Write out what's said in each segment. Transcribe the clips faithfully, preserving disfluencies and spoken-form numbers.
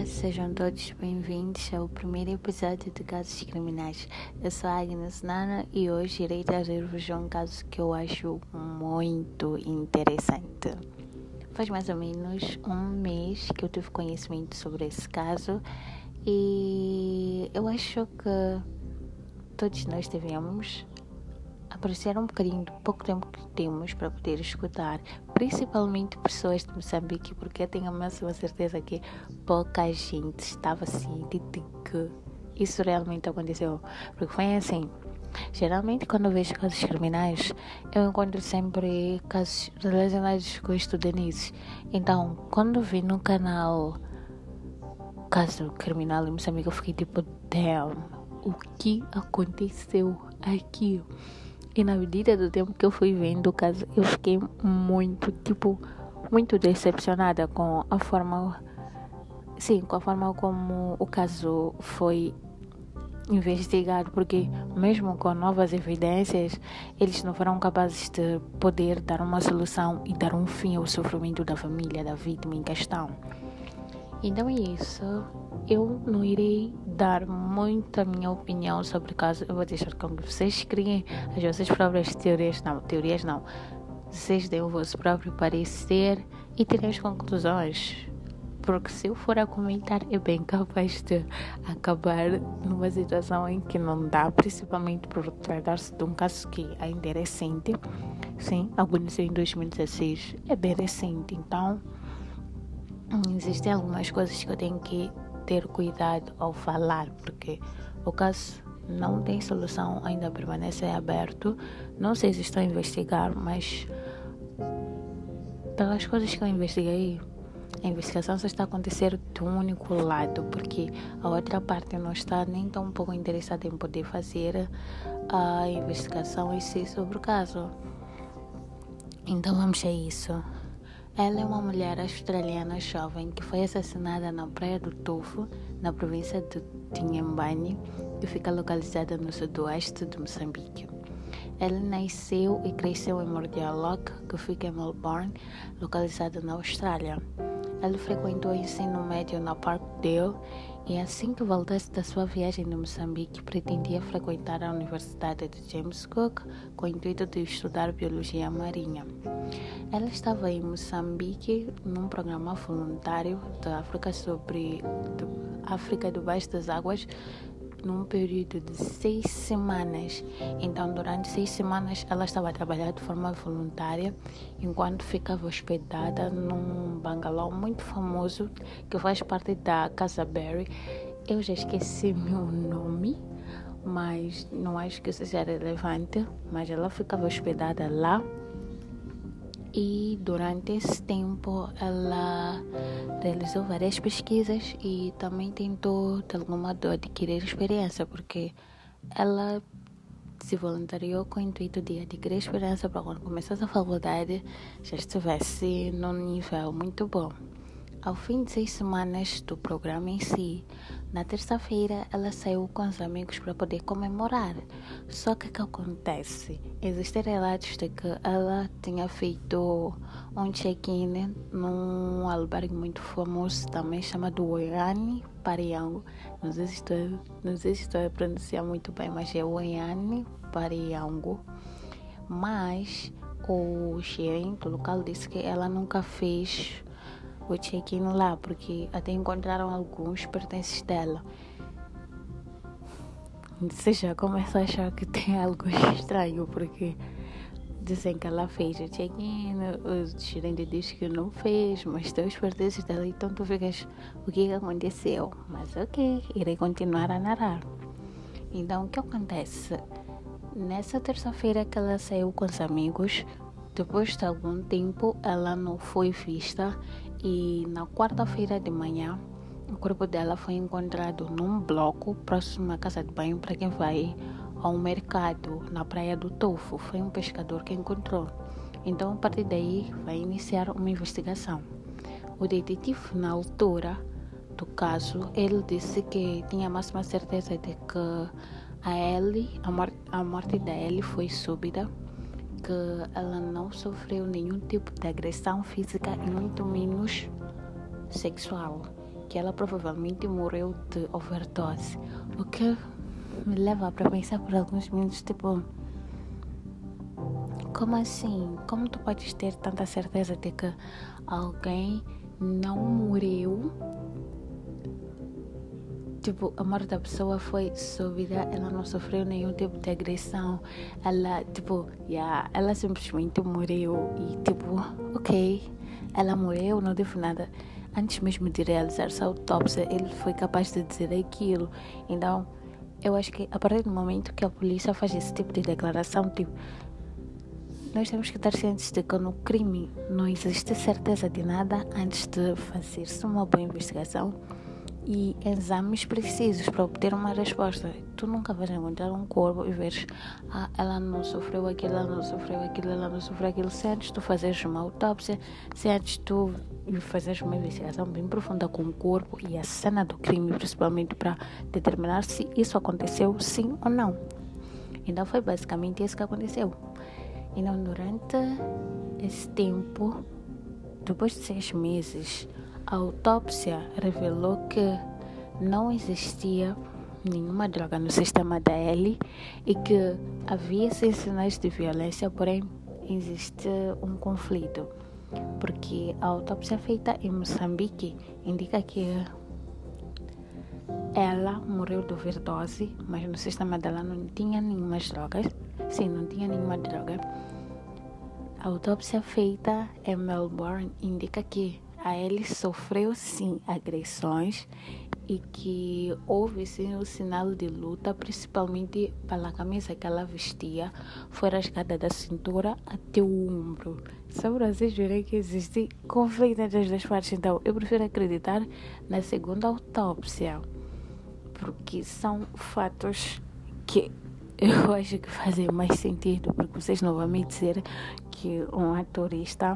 Sejam todos bem-vindos ao primeiro episódio de Casos Criminais. Eu sou a Agnes Nana e hoje irei trazer-vos um caso que eu acho muito interessante. Faz mais ou menos um mês que eu tive conhecimento sobre esse caso e eu acho que todos nós devemos apreciar um bocadinho do pouco tempo que temos para poder escutar, principalmente pessoas de Moçambique, porque eu tenho a máxima certeza que pouca gente estava ciente de que isso realmente aconteceu. Porque foi assim, geralmente quando eu vejo casos criminais, eu encontro sempre casos relacionados com estudantes. Então, quando vi no canal Caso Criminal em Moçambique, eu fiquei tipo, damn, o que aconteceu aqui? E na medida do tempo que eu fui vendo o caso, eu fiquei muito, tipo, muito decepcionada com a forma, sim, com a forma como o caso foi investigado, porque mesmo com novas evidências, eles não foram capazes de poder dar uma solução e dar um fim ao sofrimento da família, da vítima em questão. Então é isso. Eu não irei dar muito a minha opinião sobre o caso. Eu vou deixar com que vocês criem as vossas próprias teorias. Não, teorias não. Vocês deem o vosso próprio parecer e tirem as conclusões. Porque se eu for a comentar, é bem capaz de acabar numa situação em que não dá, principalmente por tratar-se de um caso que ainda é recente. Sim, aconteceu em dois mil e dezesseis. É bem recente, então existem algumas coisas que eu tenho que ter cuidado ao falar, porque o caso não tem solução, ainda permanece aberto. Não sei se estou a investigar, mas pelas coisas que eu investiguei, a investigação só está a acontecer de um único lado, porque a outra parte não está nem tão pouco interessada em poder fazer a investigação em si sobre o caso. Então vamos a isso. Ela é uma mulher australiana jovem que foi assassinada na Praia do Tofo, na província de Tinhambane, que fica localizada no sudoeste de Moçambique. Ela nasceu e cresceu em Mordialloc, que fica em Melbourne, localizada na Austrália. Ela frequentou o ensino médio na Parkdale e assim que voltasse da sua viagem de Moçambique, pretendia frequentar a Universidade de James Cook com o intuito de estudar biologia marinha. Ela estava em Moçambique num programa voluntário da África sobre de África debaixo das águas num período de seis semanas. Então, durante seis semanas, ela estava a trabalhar de forma voluntária, enquanto ficava hospedada num bangalô muito famoso que faz parte da Casa Berry. Eu já esqueci meu nome, mas não acho que isso seja relevante. Mas ela ficava hospedada lá. E durante esse tempo ela realizou várias pesquisas e também tentou de algum modo adquirir experiência, porque ela se voluntariou com o intuito de adquirir experiência para quando começasse a faculdade já estivesse num nível muito bom. Ao fim de seis semanas do programa em si, na terça-feira ela saiu com os amigos para poder comemorar. Só que o que acontece? Existem relatos de que ela tinha feito um check-in num albergue muito famoso também chamado Oiane Pariango. Não sei se estou, não sei se estou a pronunciar muito bem, mas é Oiane Pariango. Mas o gerente do local disse que ela nunca fez o check-in lá, porque até encontraram alguns pertences dela. Você já começa a achar que tem algo estranho, porque dizem que ela fez o check-in, o gerente diz que não fez, mas tem os pertences dela, então tu ficas, o que aconteceu? Mas ok, irei continuar a narrar. Então, o que acontece? Nessa terça-feira que ela saiu com os amigos, depois de algum tempo ela não foi vista e na quarta-feira de manhã o corpo dela foi encontrado num bloco próximo à casa de banho para quem vai ao mercado na Praia do Tofo. Foi um pescador que encontrou. Então a partir daí vai iniciar uma investigação. O detetive na altura do caso, ele disse que tinha a máxima certeza de que a Ellie, a, mor- a morte da Ellie foi súbita, que ela não sofreu nenhum tipo de agressão física e muito menos sexual, que ela provavelmente morreu de overdose. O que me leva para pensar por alguns minutos, tipo, como assim? Como tu podes ter tanta certeza de que alguém não morreu? Tipo, a morte da pessoa foi súbita, ela não sofreu nenhum tipo de agressão, ela, tipo, yeah, ela simplesmente morreu e, tipo, ok, ela morreu, não teve nada. Antes mesmo de realizar sua autópsia, ele foi capaz de dizer aquilo. Então, eu acho que a partir do momento que a polícia faz esse tipo de declaração, tipo, nós temos que estar cientes de que no crime não existe certeza de nada antes de fazer-se uma boa investigação e exames precisos para obter uma resposta. Tu nunca vais encontrar um corpo e veres, ah, ela não sofreu aquilo, ela não sofreu aquilo, ela não sofreu aquilo. Se antes tu fazeres uma autópsia, se antes tu fazeres uma investigação bem profunda com o corpo e a cena do crime, principalmente para determinar se isso aconteceu sim ou não. Então foi basicamente isso que aconteceu. Então durante esse tempo, depois de seis meses, a autópsia revelou que não existia nenhuma droga no sistema da Ellie e que havia sim sinais de violência, porém existe um conflito, porque a autópsia feita em Moçambique indica que ela morreu de overdose, mas no sistema dela não tinha nenhuma drogas. Sim, não tinha nenhuma droga. A autópsia feita em Melbourne indica que a Ellie sofreu sim agressões e que houve sim um sinal de luta, principalmente pela camisa que ela vestia, foi rasgada da cintura até o ombro. Só para vocês verem que existe conflito entre as duas partes. Então eu prefiro acreditar na segunda autópsia, porque são fatos que eu acho que fazem mais sentido, porque vocês não vão me dizer que um turista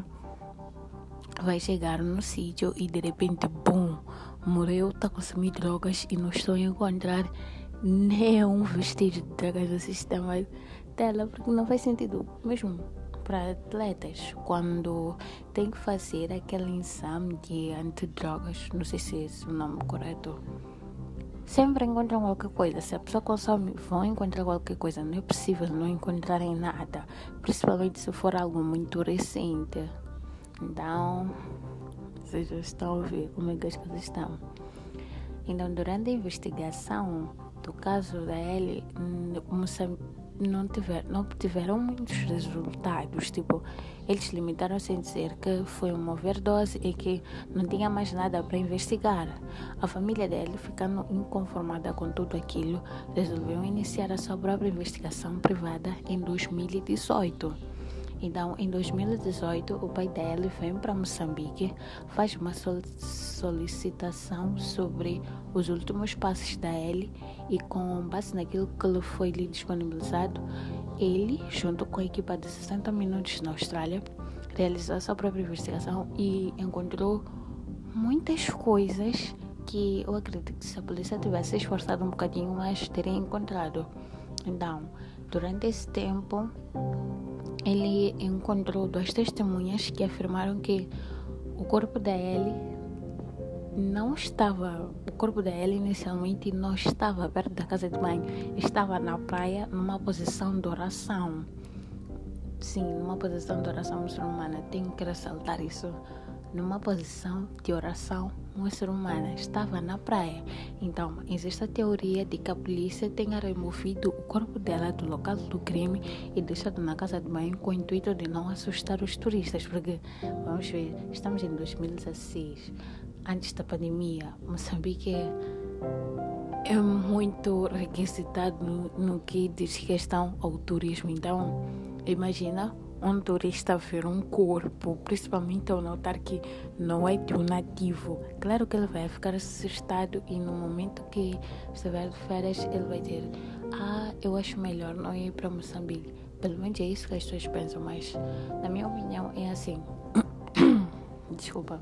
vai chegar no sítio e de repente, bum, morreu, está a consumir drogas e não estou a encontrar nenhum vestígio de drogas no sistema dela, porque não faz sentido mesmo para atletas quando tem que fazer aquele exame de antidrogas, não sei se é esse o nome correto. Sempre encontram qualquer coisa. Se a pessoa consome, vão encontrar qualquer coisa. Não é possível não encontrarem nada, principalmente se for algo muito recente. Então, vocês já estão a ver como é que as coisas estão. Então, durante a investigação do caso da Ellie, não, tiver, não tiveram muitos resultados. Tipo, eles limitaram-se a dizer que foi uma overdose e que não tinha mais nada para investigar. A família dele, ficando inconformada com tudo aquilo, resolveu iniciar a sua própria investigação privada em dois mil e dezoito. Então, em dois mil e dezoito, o pai dele vem para Moçambique, faz uma solicitação sobre os últimos passos da Ellie e, com base naquilo que lhe foi lhe disponibilizado, ele, junto com a equipa de sessenta minutos na Austrália, realizou a sua própria investigação e encontrou muitas coisas que eu acredito que se a polícia tivesse esforçado um bocadinho mais, teria encontrado. Então, durante esse tempo, ele encontrou duas testemunhas que afirmaram que o corpo da Ellie não estava, o corpo da Ellie inicialmente não estava perto da casa de banho, estava na praia numa posição de oração. Sim, numa posição de oração muçulmana, tenho que ressaltar isso. Numa posição de oração muçulmana, estava na praia. Então, existe a teoria de que a polícia tenha removido o corpo dela do local do crime e deixado na casa de banho com o intuito de não assustar os turistas, porque, vamos ver, estamos em dois mil e dezesseis, antes da pandemia. Moçambique é, é muito requisitado no, no que diz questão ao turismo. Então, imagina um turista ver um corpo, principalmente ao notar que não é de um nativo. Claro que ele vai ficar assustado e no momento que estiver de férias ele vai dizer, ah, eu acho melhor não ir para Moçambique. Pelo menos é isso que as pessoas pensam, mas na minha opinião é assim. Desculpa.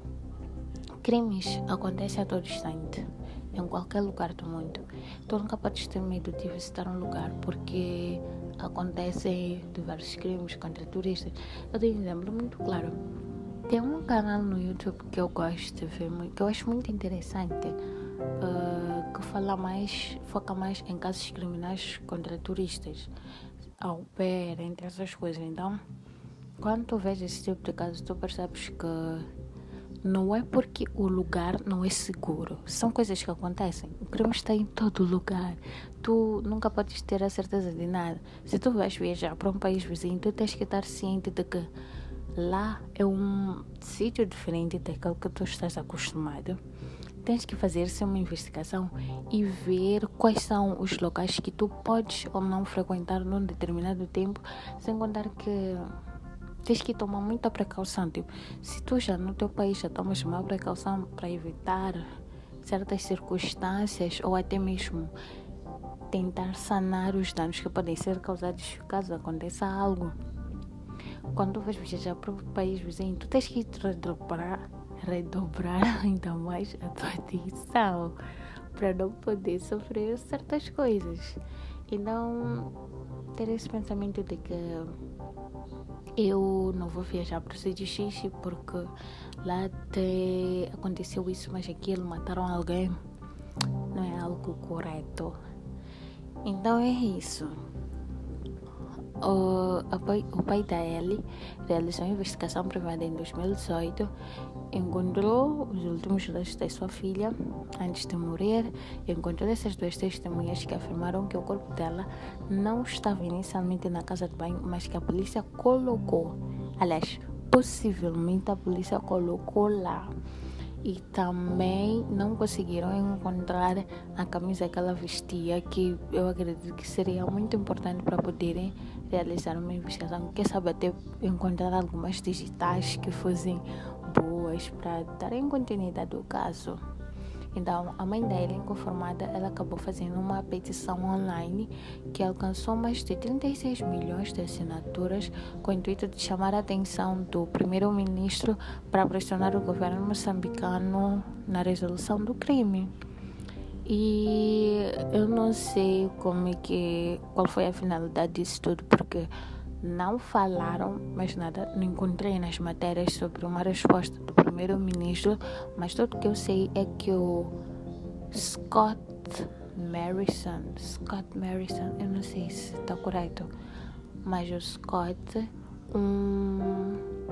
Crimes acontecem a todo instante, em qualquer lugar do mundo. Tu nunca podes ter medo de visitar um lugar porque acontecem diversos crimes contra turistas. Eu tenho um exemplo muito claro. Tem um canal no YouTube que eu gosto de ver, muito- que eu acho muito interessante, uh, que fala mais, foca mais em casos criminais contra turistas, ao pé, entre essas coisas. Então, quando tu vês esse tipo de casos, tu percebes que não é porque o lugar não é seguro. São coisas que acontecem. O crime está em todo lugar. Tu nunca podes ter a certeza de nada. Se tu vais viajar para um país vizinho, tu tens que estar ciente de que lá é um sítio diferente daquele que tu estás acostumado. Tens que fazer-se uma investigação e ver quais são os locais que tu podes ou não frequentar num determinado tempo, sem contar que tens que tomar muita precaução. Tipo, se tu já no teu país já tomas uma precaução para evitar certas circunstâncias ou até mesmo tentar sanar os danos que podem ser causados caso aconteça algo, quando tu vais viajar para o país vizinho, tu tens que redobrar, redobrar ainda mais a tua atenção para não poder sofrer certas coisas. Então, ter esse pensamento de que eu não vou viajar para o sítio X porque lá até aconteceu isso, mas aquilo, mataram alguém, não é algo correto. Então é isso. O, o, pai, o pai da Ellie realizou uma investigação privada em dois mil e dezoito, encontrou os últimos restos da sua filha antes de morrer, encontrou essas duas testemunhas que afirmaram que o corpo dela não estava inicialmente na casa de banho, mas que a polícia colocou, aliás, possivelmente a polícia colocou lá. E também não conseguiram encontrar a camisa que ela vestia, que eu acredito que seria muito importante para poderem realizar uma investigação. Quer saber, até encontrar algumas digitais que fossem boas para darem continuidade ao caso. Então, a mãe dela, inconformada, ela acabou fazendo uma petição online que alcançou mais de trinta e seis milhões de assinaturas, com o intuito de chamar a atenção do primeiro-ministro para pressionar o governo moçambicano na resolução do crime. E eu não sei como é que, qual foi a finalidade disso tudo, porque não falaram mais nada, não encontrei nas matérias sobre uma resposta do primeiro-ministro, mas tudo que eu sei é que o Scott Morrison, Scott Morrison, eu não sei se está correto, mas o Scott, um,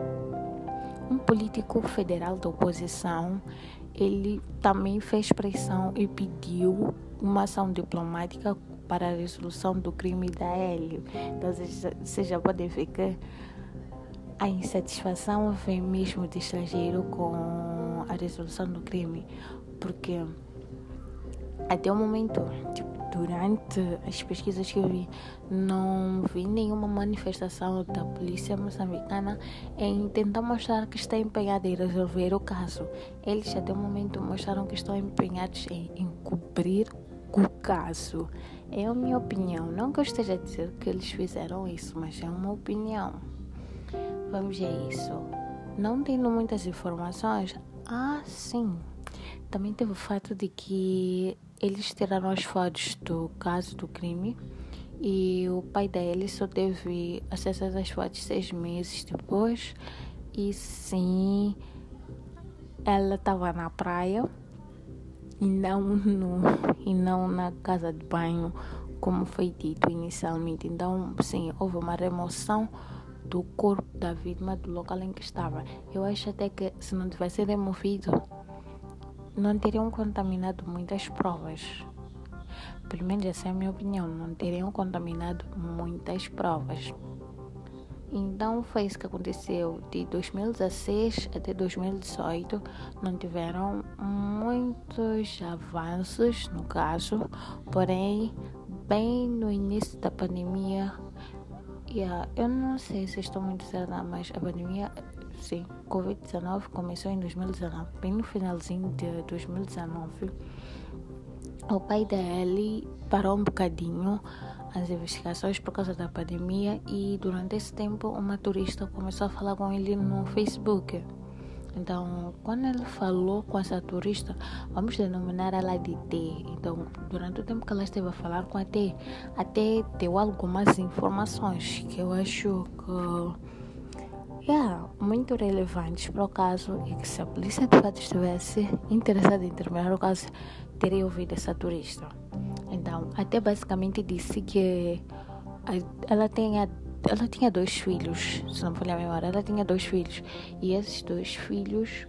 um político federal da oposição, ele também fez pressão e pediu uma ação diplomática para a resolução do crime da Ellie. Então você já pode ver que a insatisfação vem mesmo de estrangeiro com a resolução do crime, porque até o momento, tipo, durante as pesquisas que eu vi, não vi nenhuma manifestação da polícia moçambicana em tentar mostrar que está empenhada em resolver o caso. Eles até o momento mostraram que estão empenhados em encobrir o caso. É a minha opinião. Não que eu esteja a dizer que eles fizeram isso, mas é uma opinião. Vamos a isso. Não tendo muitas informações, ah, sim. Também teve o fato de que eles tiraram as fotos do caso do crime e o pai dele só teve acesso às fotos seis meses depois. E sim, ela estava na praia e não, no, e não na casa de banho, como foi dito inicialmente. Então, sim, houve uma remoção do corpo da vítima do local em que estava. Eu acho até que se não tivesse removido, não teriam contaminado muitas provas. Pelo menos essa é a minha opinião. Não teriam contaminado muitas provas. Então foi isso que aconteceu. De dois mil e dezesseis até dois mil e dezoito não tiveram muitos avanços no caso. Porém, bem no início da pandemia, yeah, eu não sei se estou muito certa, mas a pandemia, sim, covid dezenove começou em dois mil e dezenove, bem no finalzinho de dois mil e dezenove. O pai da Ellie parou um bocadinho as investigações por causa da pandemia e durante esse tempo uma turista começou a falar com ele no Facebook. Então, quando ele falou com essa turista, vamos denominar ela de T. Então, durante o tempo que ela esteve a falar com a T, a T deu algumas informações que eu acho que yeah, muito relevantes para o caso, e que se a polícia de fato estivesse interessada em terminar o caso, teria ouvido essa turista. Então, até basicamente disse que ela tinha, ela tinha dois filhos, se não me falhar a memória, ela tinha dois filhos, e esses dois filhos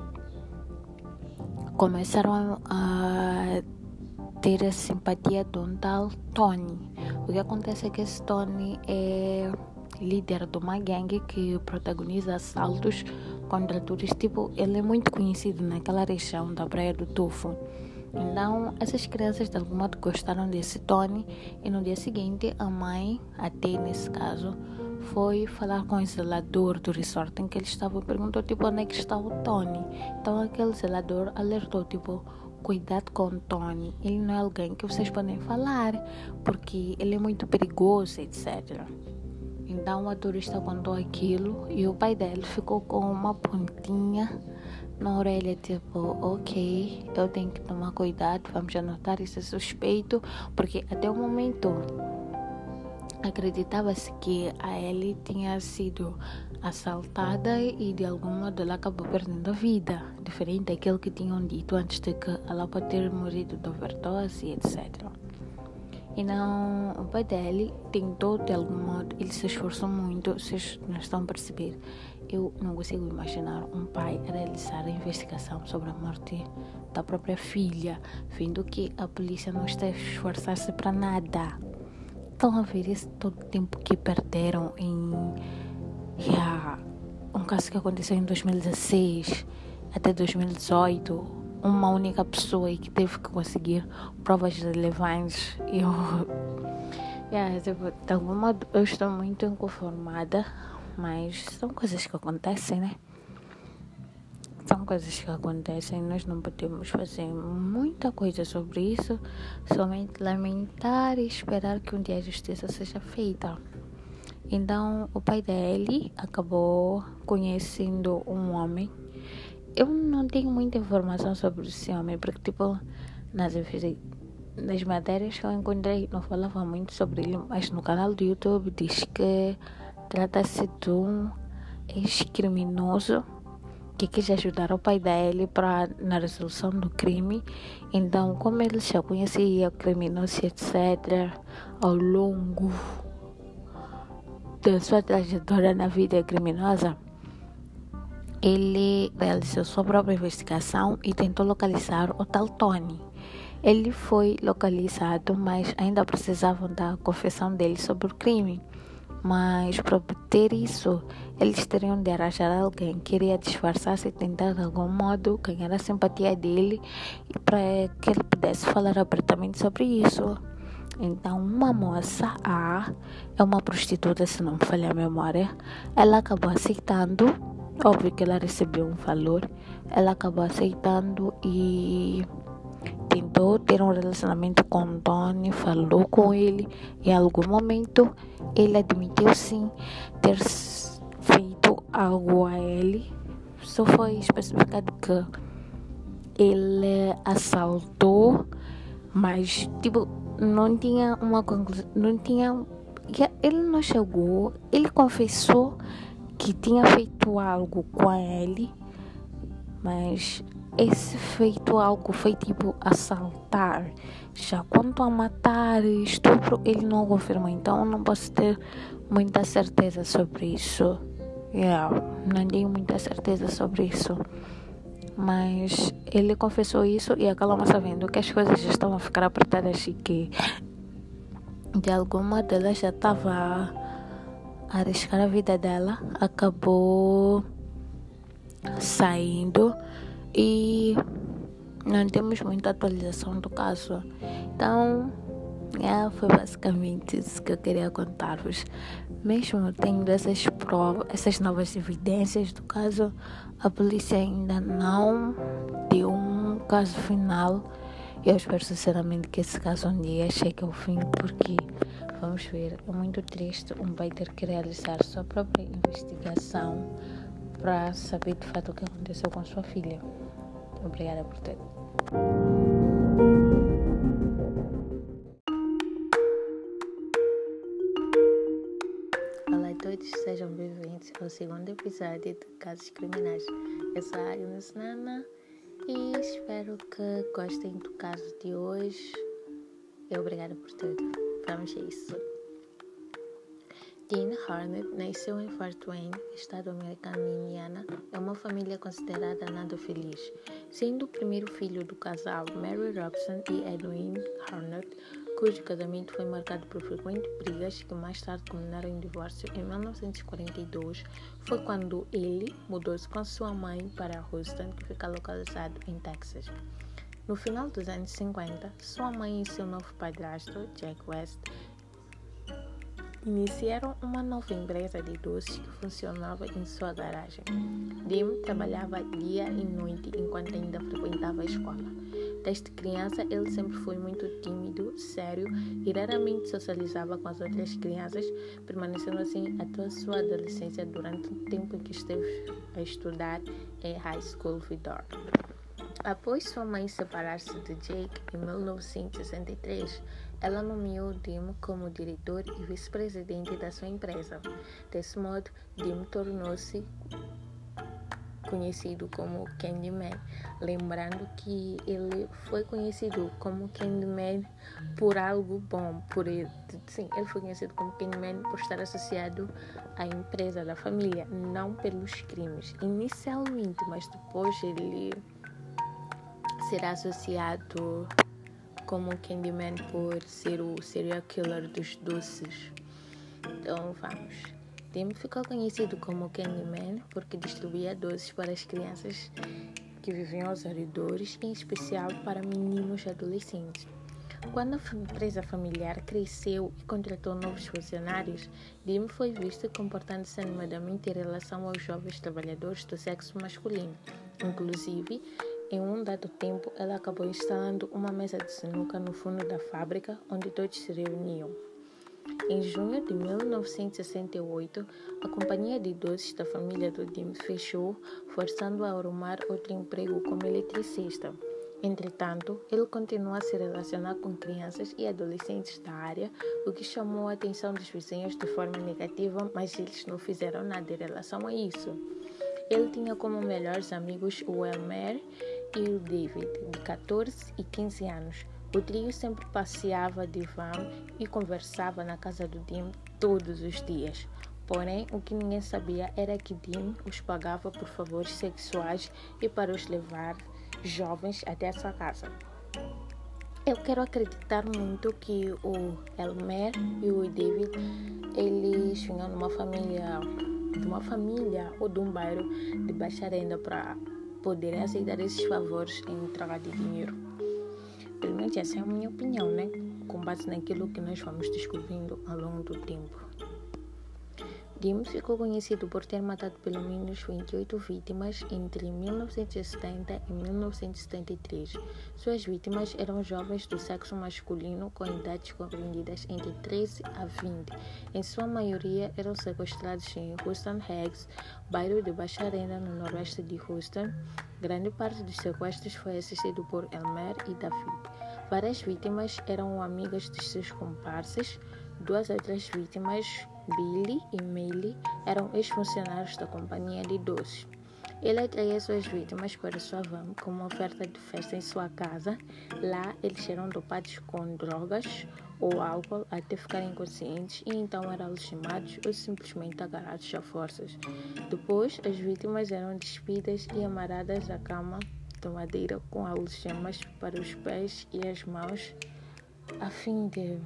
começaram a ter a simpatia de um tal Tony. O que acontece é que esse Tony é líder de uma gangue que protagoniza assaltos contra turistas. Tipo, ele é muito conhecido naquela região da Praia do Tufo. Então, essas crianças de algum modo gostaram desse Tony, e no dia seguinte a mãe, até nesse caso, foi falar com o zelador do resort em que ele estava e perguntou tipo onde é que está o Tony. Então aquele zelador alertou tipo: cuidado com o Tony, ele não é alguém que vocês podem falar porque ele é muito perigoso, etcétera. Então a turista contou aquilo e o pai dele ficou com uma pontinha na orelha, tipo, ok, eu tenho que tomar cuidado, vamos anotar esse suspeito, porque até o momento acreditava-se que a Ellie tinha sido assaltada e de algum modo ela acabou perdendo a vida, diferente daquilo que tinham dito antes de que ela pode ter morrido de overdose, etcétera. E não, o pai dele tentou de algum modo, ele se esforçou muito, vocês não estão a perceber. Eu não consigo imaginar um pai realizar a investigação sobre a morte da própria filha, vendo que a polícia não está a esforçar-se para nada. Estão a ver esse todo o tempo que perderam em yeah, um caso que aconteceu em dois mil e dezesseis até dois mil e dezoito. Uma única pessoa e que teve que conseguir provas relevantes. E eu, yeah, tipo, de algum modo, eu estou muito inconformada, mas são coisas que acontecem, né? São coisas que acontecem, nós não podemos fazer muita coisa sobre isso, somente lamentar e esperar que um dia a justiça seja feita. Então, o pai dele acabou conhecendo um homem. Eu não tenho muita informação sobre esse homem, porque, tipo, nas, nas matérias que eu encontrei, não falava muito sobre ele, mas no canal do YouTube diz que trata-se de um ex-criminoso que quis ajudar o pai dele para, na resolução do crime. Então, como ele já conhecia o criminoso, etcétera, ao longo da sua trajetória na vida criminosa, ele realizou sua própria investigação e tentou localizar o tal Tony. Ele foi localizado, mas ainda precisavam da confissão dele sobre o crime. Mas para obter isso, eles teriam de arranjar alguém que iria disfarçar-se e tentar de algum modo ganhar a simpatia dele e para que ele pudesse falar abertamente sobre isso. Então, uma moça, a é uma prostituta, se não me falha a memória, ela acabou aceitando. Óbvio que ela recebeu um valor, ela acabou aceitando e tentou ter um relacionamento com o Tony, falou com ele. Em algum momento ele admitiu sim ter feito algo a ele. Só foi especificado que ele assaltou, mas tipo não tinha uma conclusão, não tinha, ele não chegou, ele confessou que tinha feito algo com ele, mas esse feito algo foi tipo assaltar. Já quanto a matar e estupro, ele não confirmou, então não posso ter muita certeza sobre isso. Yeah, não tenho muita certeza sobre isso, mas ele confessou isso e aquela moça, vendo que as coisas já estavam a ficar apertadas e que de alguma delas já estava a arriscar a vida dela, acabou saindo e não temos muita atualização do caso. Então, é, foi basicamente isso que eu queria contar-vos. Mesmo tendo essas provas, essas novas evidências do caso, a polícia ainda não deu um caso final. Eu espero sinceramente que esse caso um dia chegue ao fim, porque vamos ver, é muito triste um pai ter que realizar sua própria investigação para saber de fato o que aconteceu com sua filha. Obrigada por ter. Olá a todos, sejam bem-vindos ao segundo episódio de Casos Criminais. Eu sou a Agnes Nana e espero que gostem do caso de hoje. E obrigada por tudo. Vamos a isso. Dean Hornet nasceu em Fort Wayne, estado americano de Indiana. É uma família considerada nada feliz, sendo o primeiro filho do casal Mary Robson e Edwin Hornet, cujo casamento foi marcado por frequentes brigas que mais tarde culminaram em divórcio. Em mil novecentos e quarenta e dois foi quando ele mudou-se com sua mãe para Houston, que fica localizado em Texas. No final dos anos cinquenta, sua mãe e seu novo padrasto, Jack West, iniciaram uma nova empresa de doces que funcionava em sua garagem. Dim trabalhava dia e noite enquanto ainda frequentava a escola. Desde criança, ele sempre foi muito tímido, sério e raramente socializava com as outras crianças, permanecendo assim até a sua adolescência, durante o tempo em que esteve a estudar em High School Vidor. Após sua mãe separar-se de Jake em mil novecentos e sessenta e três, ela nomeou Dim como diretor e vice-presidente da sua empresa. Desse modo, Dim tornou-se conhecido como Candyman, lembrando que ele foi conhecido como Candyman por algo bom, por ele, sim, ele foi conhecido como Candyman por estar associado à empresa da família, não pelos crimes inicialmente, mas depois ele será associado como Candyman por ser o serial killer dos doces. Então vamos. Dim ficou conhecido como Candyman porque distribuía doces para as crianças que viviam aos arredores, em especial para meninos e adolescentes. Quando a empresa familiar cresceu e contratou novos funcionários, Dim foi visto comportando-se animadamente em relação aos jovens trabalhadores do sexo masculino. Inclusive, em um dado tempo, ela acabou instalando uma mesa de sinuca no fundo da fábrica, onde todos se reuniam. Em junho de mil novecentos e sessenta e oito, a companhia de doces da família do Dim fechou, forçando-o a arrumar outro emprego como eletricista. Entretanto, ele continuou a se relacionar com crianças e adolescentes da área, o que chamou a atenção dos vizinhos de forma negativa, mas eles não fizeram nada em relação a isso. Ele tinha como melhores amigos o Elmer e o David, de catorze e quinze anos. O trio sempre passeava de van e conversava na casa do Dim todos os dias. Porém, o que ninguém sabia era que Dim os pagava por favores sexuais e para os levar jovens até a sua casa. Eu quero acreditar muito que o Elmer e o David, eles vinham de uma família, de uma família ou de um bairro de baixa renda para poderem aceitar esses favores em troca de dinheiro. Pelo menos essa é a minha opinião, né? Com base naquilo que nós vamos descobrindo ao longo do tempo. Dim ficou conhecido por ter matado pelo menos vinte e oito vítimas entre mil novecentos e setenta e mil novecentos e setenta e três. Suas vítimas eram jovens do sexo masculino com idades compreendidas entre treze a vinte. Em sua maioria eram sequestrados em Houston Heights, bairro de baixa renda no noroeste de Houston. Grande parte dos sequestros foi assistido por Elmer e David. Várias vítimas eram amigas de seus comparsas. Duas outras vítimas, Billy e Millie, eram ex-funcionários da companhia de doces. Ele atraía suas vítimas para sua van com uma oferta de festa em sua casa. Lá, eles eram dopados com drogas ou álcool até ficarem inconscientes e então eram algemados ou simplesmente agarrados a forças. Depois, as vítimas eram despidas e amarradas à cama de madeira com algemas para os pés e as mãos, a fim de...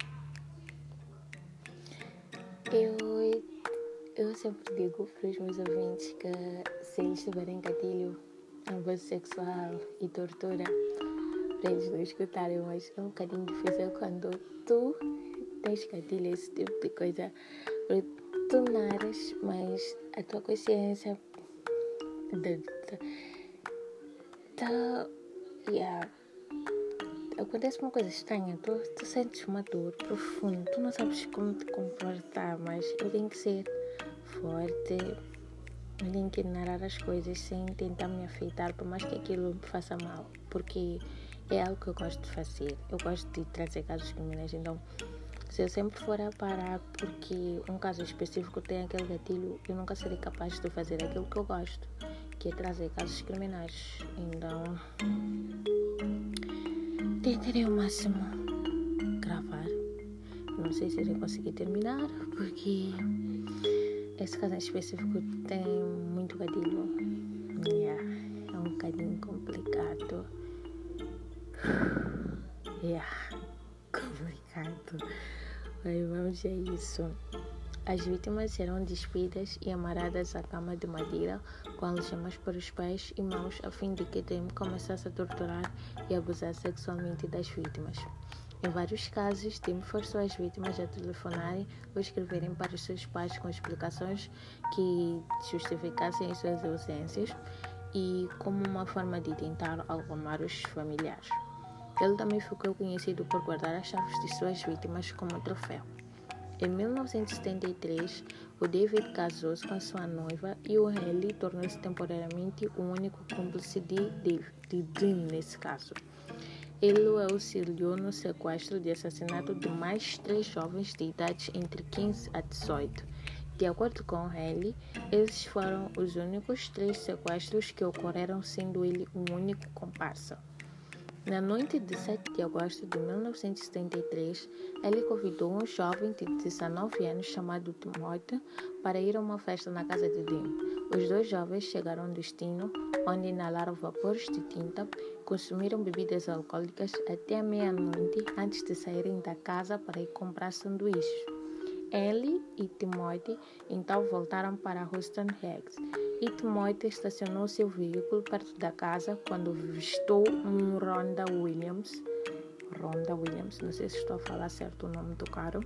Eu, eu sempre digo para os meus ouvintes que se eles tiverem gatilho, abuso sexual e tortura, para eles não escutarem, mas é um bocadinho difícil quando tu tens gatilho, esse tipo de coisa, para tu nares, mas a tua consciência de, de, de, yeah, acontece uma coisa estranha, tu, tu sentes uma dor profunda, tu não sabes como te comportar, mas eu tenho que ser forte, eu tenho que narrar as coisas sem tentar me afetar, por mais que aquilo me faça mal, porque é algo que eu gosto de fazer, eu gosto de trazer casos criminais, então Se eu sempre for a parar porque um caso específico tem aquele gatilho, eu nunca serei capaz de fazer aquilo que eu gosto, que é trazer casos criminais. Então, tentarei ao máximo gravar. Não sei se irei conseguir terminar, porque esse caso em específico tem muito gatilho. Yeah, é um bocadinho complicado. Yeah, complicado. Mas vamos a isso. As vítimas serão despidas e amarradas à cama de madeira com algemas para os pés e mãos a fim de que Tim começasse a torturar e abusar sexualmente das vítimas. Em vários casos, Tim forçou as vítimas a telefonarem ou escreverem para os seus pais com explicações que justificassem as suas ausências e como uma forma de tentar algemar os familiares. Ele também ficou conhecido por guardar as chaves de suas vítimas como troféu. Em mil novecentos e setenta e três, o David casou-se com sua noiva e o Haley tornou-se temporariamente o único cúmplice de, de, de Tim nesse caso. Ele o auxiliou no sequestro e assassinato de mais três jovens de idades entre quinze a dezoito. De acordo com Haley, esses foram os únicos três sequestros que ocorreram, sendo ele o único comparsa. Na noite de sete de agosto de mil novecentos e setenta e três, ele convidou um jovem de dezenove anos chamado Timothy para ir a uma festa na casa de Tim. Os dois jovens chegaram ao destino, onde inalaram vapores de tinta, consumiram bebidas alcoólicas até a meia-noite antes de saírem da casa para ir comprar sanduíches. Ellie e Timothy então voltaram para Houston Heights e Timothy estacionou seu veículo perto da casa quando avistou um Rhonda Williams. Rhonda Williams, não sei se estou a falar certo o nome do carro.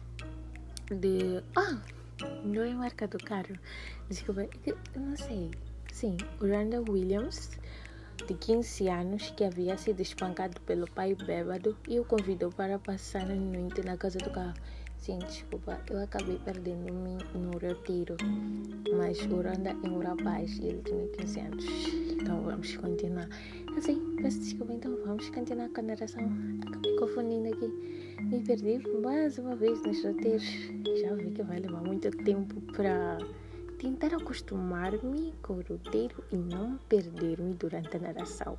De... Ah, não é a marca do carro. Desculpa, eu não sei. Sim, o Rhonda Williams, de quinze anos, que havia sido espancado pelo pai bêbado e o convidou para passar a noite na casa do carro. Sim, desculpa, eu acabei perdendo-me no roteiro, mas o Rhonda é um rapaz e ele tinha quinze anos, então vamos continuar. Assim, peço desculpa, então vamos continuar com a narração. Acabei confundindo aqui, me perdi mais uma vez nos roteiros. Já vi que vai levar muito tempo para tentar acostumar-me com o roteiro e não perder-me durante a narração.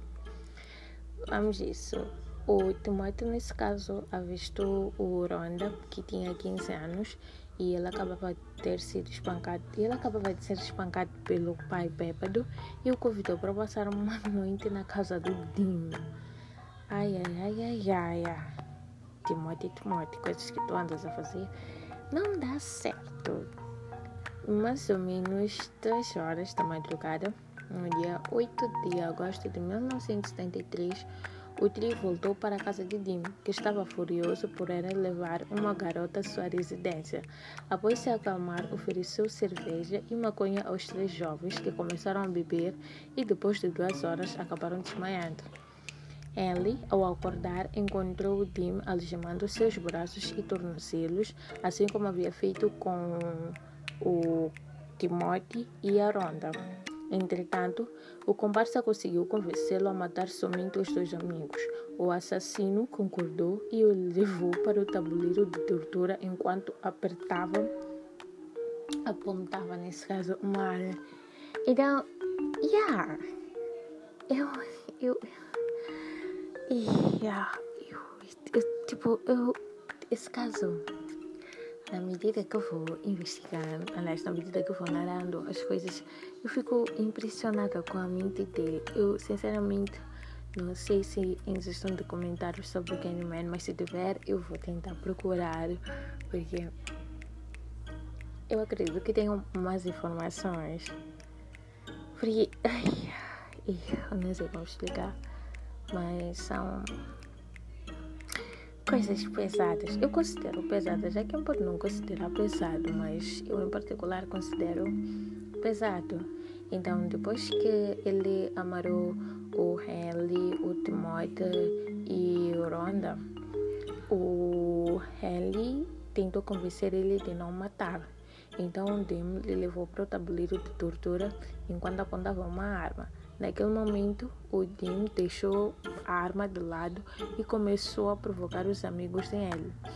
Vamos isso. O Timothy, nesse caso, avistou o Rhonda, que tinha quinze anos, e ele acabava de ter sido espancado. E ele acabava de ser espancado pelo pai bêbado e o convidou para passar uma noite na casa do Tim. Ai, ai, ai, ai, ai, ai. Timothy, Timothy, coisas que tu andas a fazer não dá certo. Mais ou menos três horas da madrugada, no dia oito de agosto de mil novecentos e setenta e três, o trio voltou para a casa de Tim, que estava furioso por ele levar uma garota à sua residência. Após se acalmar, ofereceu cerveja e maconha aos três jovens, que começaram a beber e depois de duas horas acabaram desmaiando. Ellie, ao acordar, encontrou Tim algemando seus braços e tornozelos, assim como havia feito com o Timothy e a Rhonda. Entretanto, o comparsa conseguiu convencê-lo a matar somente os dois amigos. O assassino concordou e o levou para o tabuleiro de tortura enquanto apertava, apontava, nesse caso, uma arma. Então, yeah, eu, eu, yeah, eu, eu, tipo, eu, esse caso... Na medida que eu vou investigando, aliás, na medida que eu vou narrando as coisas, eu fico impressionada com a mente dele. Eu, sinceramente, não sei se existem documentários sobre o Candyman, mas se tiver, eu vou tentar procurar, porque eu acredito que tenham mais informações. Porque, ai, eu não sei como explicar, mas são... coisas pesadas. Eu considero pesadas. Já quem pode não considerar pesado, mas eu em particular considero pesado. Então, depois que ele amarrou o Haley, o Timothy e o Rhonda, o Haley tentou convencer ele de não matar. Então, o Tim lhe levou para o tabuleiro de tortura enquanto apontava uma arma. Naquele momento, o Tim deixou a arma de lado e começou a provocar os amigos dele.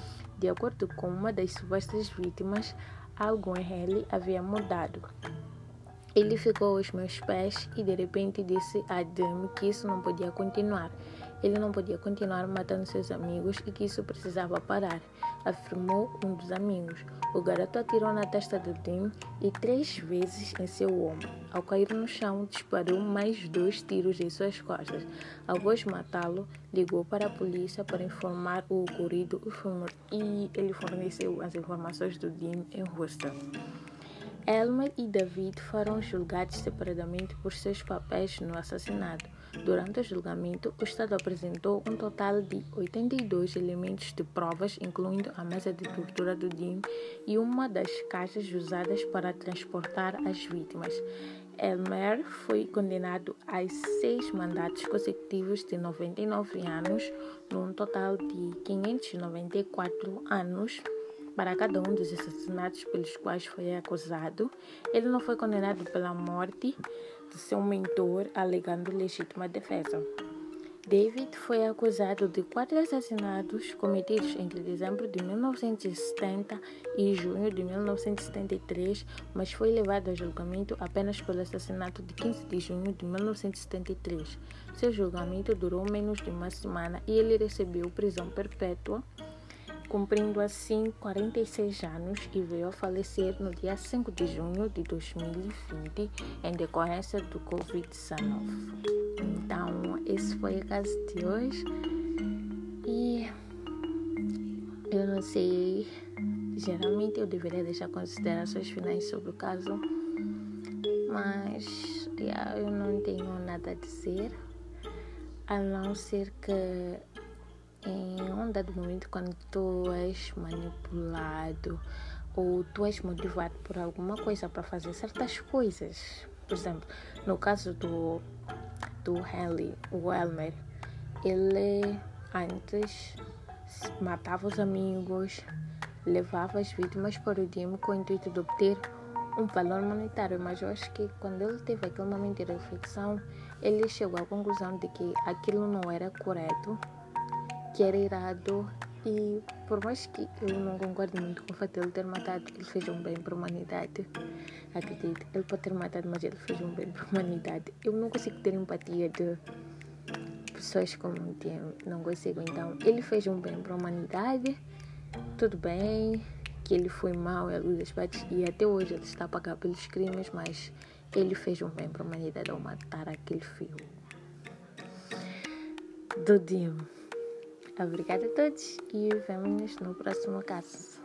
De acordo com uma das supostas vítimas, algo em ele havia mudado. Ele ficou aos meus pés e de repente disse a Jim que isso não podia continuar. Ele não podia continuar matando seus amigos e que isso precisava parar, afirmou um dos amigos. O garoto atirou na testa de Jim e três vezes em seu ombro. Ao cair no chão, disparou mais dois tiros em suas costas. Após matá-lo, ligou para a polícia para informar o ocorrido e ele forneceu as informações do Jim em rosto. Elmer e David foram julgados separadamente por seus papéis no assassinato. Durante o julgamento, o Estado apresentou um total de oitenta e dois elementos de provas, incluindo a mesa de tortura do Jim e uma das caixas usadas para transportar as vítimas. Elmer foi condenado a seis mandatos consecutivos de noventa e nove anos, num total de quinhentos e noventa e quatro anos. Para cada um dos assassinatos pelos quais foi acusado. Ele não foi condenado pela morte de seu mentor, alegando legítima defesa. David foi acusado de quatro assassinatos cometidos entre dezembro de mil novecentos e setenta e junho de mil novecentos e setenta e três, mas foi levado a julgamento apenas pelo assassinato de quinze de junho de mil novecentos e setenta e três. Seu julgamento durou menos de uma semana e ele recebeu prisão perpétua, cumprindo assim quarenta e seis anos, e veio a falecer no dia cinco de junho de dois mil e vinte em decorrência do covid dezenove. Então, esse foi o caso de hoje e eu não sei, geralmente eu deveria deixar considerações finais sobre o caso, mas yeah, eu não tenho nada a dizer, a não ser que em um dado momento, quando tu és manipulado ou tu és motivado por alguma coisa para fazer certas coisas, por exemplo, no caso do, do Henry, o Elmer, ele antes matava os amigos, levava as vítimas para o Jim com o intuito de obter um valor monetário, mas eu acho que quando ele teve aquele momento de reflexão, ele chegou à conclusão de que aquilo não era correto, que era errado, e por mais que eu não concorde muito com o fato de ele ter matado, ele fez um bem para a humanidade. Acredito, ele pode ter matado, mas ele fez um bem para a humanidade. Eu não consigo ter empatia de pessoas como o Jim, não consigo. Então, ele fez um bem para a humanidade, tudo bem, que ele foi mau à luz das partes e até hoje ele está a pagar pelos crimes, mas ele fez um bem para a humanidade ao matar aquele filho do Jim. Obrigada a todos e vemo-nos no próximo caso.